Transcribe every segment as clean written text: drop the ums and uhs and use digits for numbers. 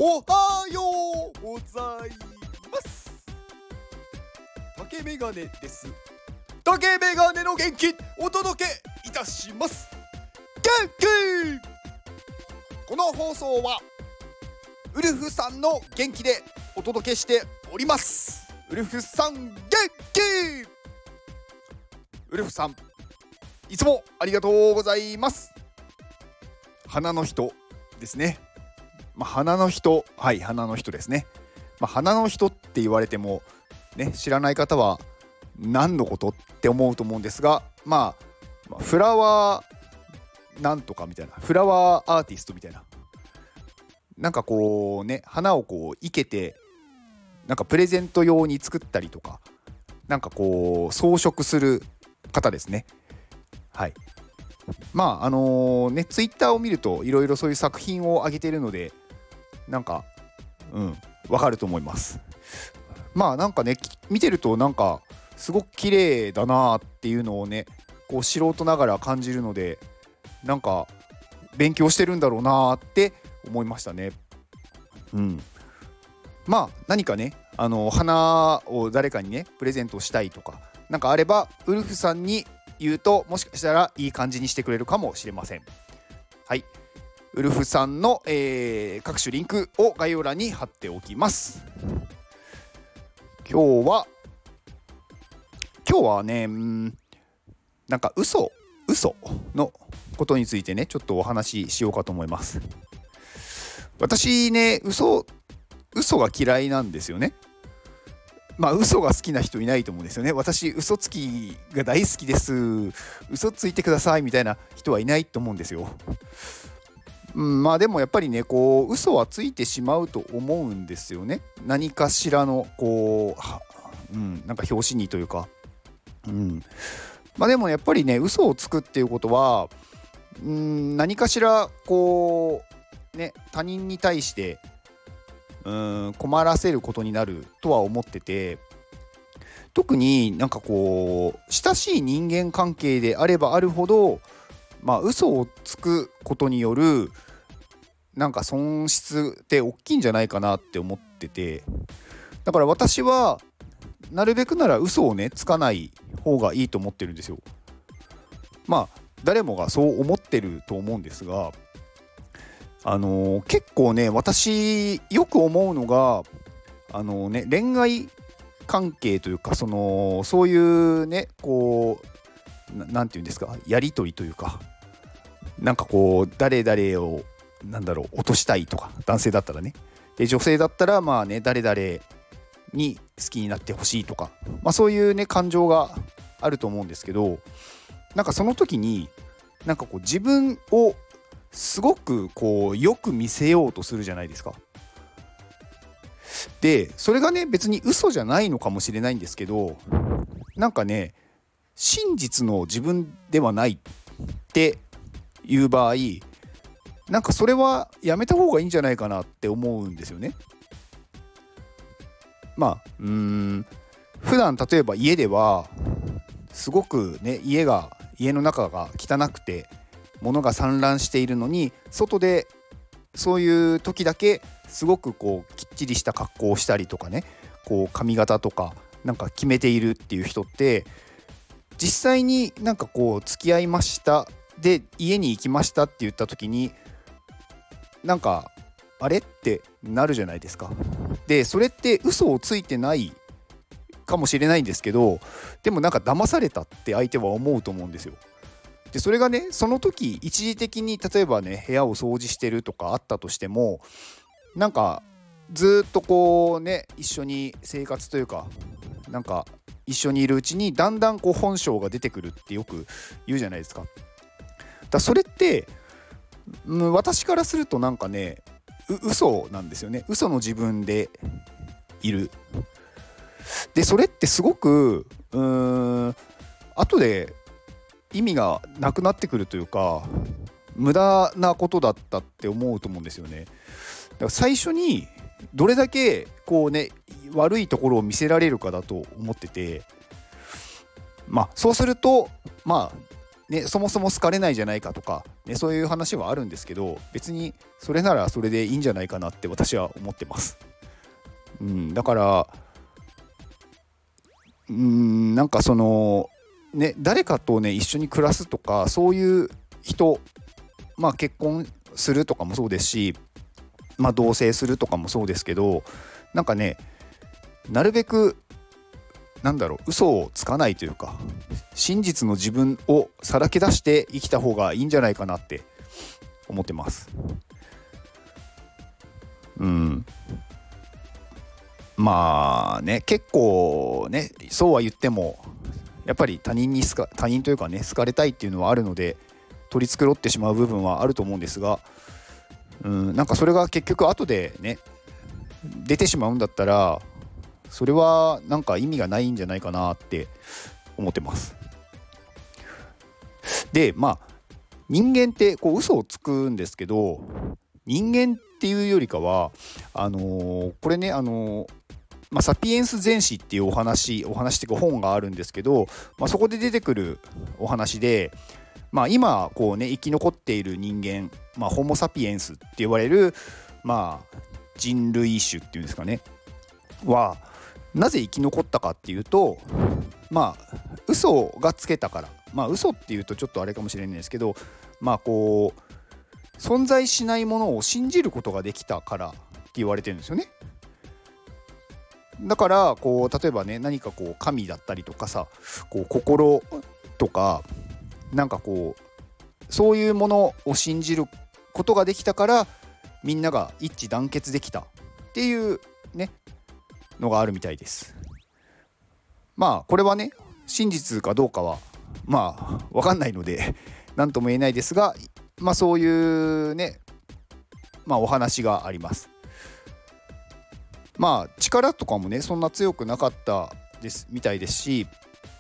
おはようございます。竹メガネです。竹メガネの元気お届けいたします。元気。この放送はウルフさんの元気でお届けしております。ウルフさん元気。ウルフさんいつもありがとうございます。花の人ですね。花の人、はい、花の人ですね。花の人って言われてもね、知らない方は何のことって思うと思うんですが、フラワーなんとかみたいな、フラワーアーティストみたいな、なんかこうね、花をこう生けてなんかプレゼント用に作ったりとか、なんかこう装飾する方ですね。はい。ツイッターを見るといろいろそういう作品を上げているので、なんかわかると思います。なんかね、見てるとなんかすごく綺麗だなっていうのをね、こう素人ながら感じるので、なんか勉強してるんだろうなって思いましたね。何かね、花を誰かにねプレゼントしたいとかなんかあれば、ウルフさんに言うともしかしたらいい感じにしてくれるかもしれません。はい、ウルフさんの、各種リンクを概要欄に貼っておきます。今日はね、なんか嘘のことについてね、ちょっとお話ししようかと思います。私ね、嘘が嫌いなんですよね。嘘が好きな人いないと思うんですよね。私嘘つきが大好きです、嘘ついてくださいみたいな人はいないと思うんですよ。でもやっぱりね、こう嘘はついてしまうと思うんですよね。何かしらのこう、なんか拍子にというか、でもやっぱりね、嘘をつくっていうことは、何かしらこうね、他人に対して困らせることになるとは思ってて、特になんかこう親しい人間関係であればあるほど、嘘をつくことによるなんか損失って大きいんじゃないかなって思ってて、だから私はなるべくなら嘘をねつかない方がいいと思ってるんですよ。誰もがそう思ってると思うんですが、結構ね、私よく思うのが恋愛関係というか、そういうね、こうなんていうんですか、やり取りというか、なんかこう誰々を落としたいとか、男性だったらね、で女性だったら誰々に好きになってほしいとか、そういうね感情があると思うんですけど、なんかその時になんかこう自分をすごくこうよく見せようとするじゃないですか。でそれがね別に嘘じゃないのかもしれないんですけど、なんかね真実の自分ではないっていう場合、なんかそれはやめた方がいいんじゃないかなって思うんですよね。普段例えば家ではすごくね家の中が汚くて物が散乱しているのに、外でそういう時だけすごくこうきっちりした格好をしたりとかね、こう髪型とかなんか決めているっていう人って、実際になんかこう付き合いましたで家に行きましたって言った時に、なんかあれってなるじゃないですか。でそれって嘘をついてないかもしれないんですけど、でもなんか騙されたって相手は思うと思うんですよ。でそれがね、その時一時的に例えばね部屋を掃除してるとかあったとしても、なんかずっとこうね一緒に生活というか、なんか一緒にいるうちにだんだんこう本性が出てくるってよく言うじゃないですか。だそれって私からするとなんかね嘘なんですよね。嘘の自分でいる。でそれってすごく後で意味がなくなってくるというか、無駄なことだったって思うと思うんですよね。だから最初にどれだけこうね悪いところを見せられるかだと思ってて、そうするとね、そもそも好かれないじゃないかとか、ね、そういう話はあるんですけど、別にそれならそれでいいんじゃないかなって私は思ってます。だからなんかそのね、誰かとね一緒に暮らすとか、そういう人、結婚するとかもそうですし、同棲するとかもそうですけど、なんかね、なるべく嘘をつかないというか、真実の自分をさらけ出して生きた方がいいんじゃないかなって思ってます。結構ね、そうは言ってもやっぱり他人というかね、好かれたいっていうのはあるので、取り繕ってしまう部分はあると思うんですが、なんかそれが結局後でね出てしまうんだったら、それはなんか意味がないんじゃないかなって思ってます。で人間って嘘をつくんですけど、人間っていうよりかはこれねサピエンス全史っていうお話っていうか本があるんですけど、そこで出てくるお話で、今生き残っている人間、ホモ・サピエンスって言われる、人類種っていうんですかねはなぜ生き残ったかっていうと、嘘がつけたから、嘘っていうとちょっとあれかもしれないんですけど、存在しないものを信じることができたからって言われてるんですよね。だから例えばね、何か神だったりとかさ、心とかそういうものを信じることができたから、みんなが一致団結できたっていうねのがあるみたいです。これはね真実かどうかは分かんないので何とも言えないですが、そういうねお話があります。力とかもねそんな強くなかったですみたいですし、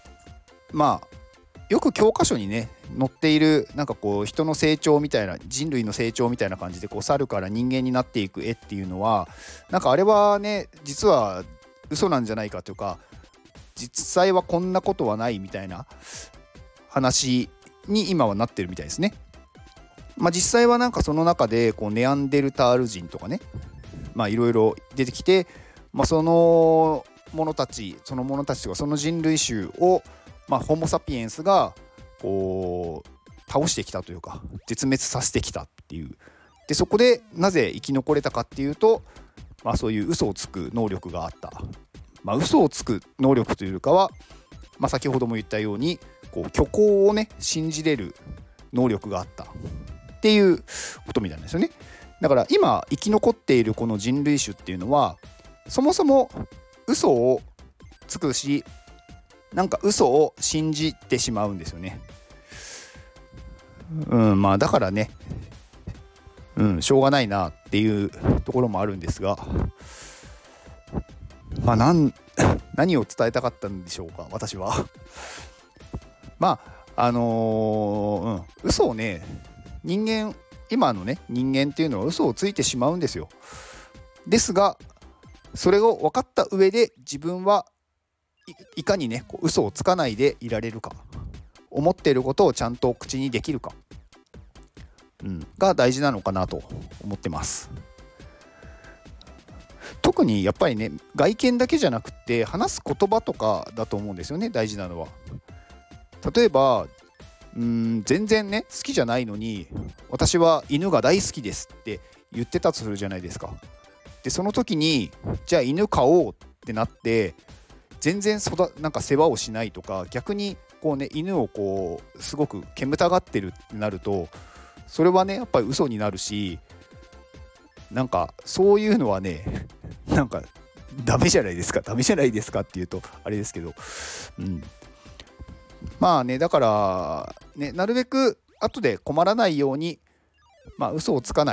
よく教科書にね載っている人の成長みたいな、人類の成長みたいな感じで猿から人間になっていく絵っていうのは、あれはね実は嘘なんじゃないかというか、実際はこんなことはないみたいな話に今はなってるみたいですね。実際はその中でネアンデルタール人とかね、いろいろ出てきて、その者たちとかその人類種を、ホモ・サピエンスが倒してきたというか絶滅させてきたっていう。でそこでなぜ生き残れたかっていうと、そういう嘘をつく能力があった。嘘をつく能力というかは、先ほども言ったように虚構をね信じれる能力があったっていうことみたいなんですよね。だから今生き残っているこの人類種っていうのは、そもそも嘘をつくし、嘘を信じてしまうんですよね。だからね、しょうがないなっていうところもあるんですが、何を伝えたかったんでしょうか、私は。嘘をね、今のね人間っていうのは嘘をついてしまうんですよ。ですがそれを分かった上で、自分はいかにね嘘をつかないでいられるか、思っていることをちゃんと口にできるか、が大事なのかなと思ってます。特にやっぱりね、外見だけじゃなくて話す言葉とかだと思うんですよね、大事なのは。例えば全然ね好きじゃないのに、私は犬が大好きですって言ってたとするじゃないですか。でその時にじゃあ犬飼おうってなって全然世話をしないとか、逆に犬をすごく煙たがってるってなると、それはねやっぱり嘘になるし、そういうのはねダメじゃないですかっていうとあれですけど、だからね、なるべく後で困らないように嘘をつかない、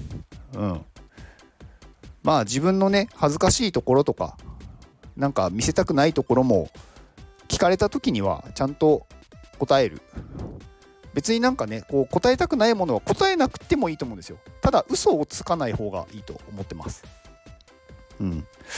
自分のね恥ずかしいところとか見せたくないところも聞かれた時にはちゃんと答える。別に答えたくないものは答えなくてもいいと思うんですよ。ただ嘘をつかない方がいいと思ってます。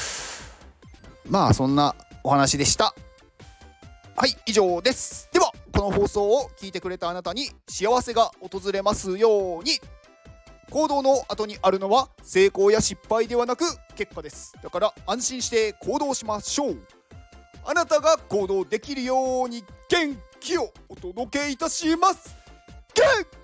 そんなお話でした。はい、以上です。ではこの放送を聞いてくれたあなたに幸せが訪れますように。行動の後にあるのは成功や失敗ではなく結果です。だから安心して行動しましょう。あなたが行動できるように元気をお届けいたします。元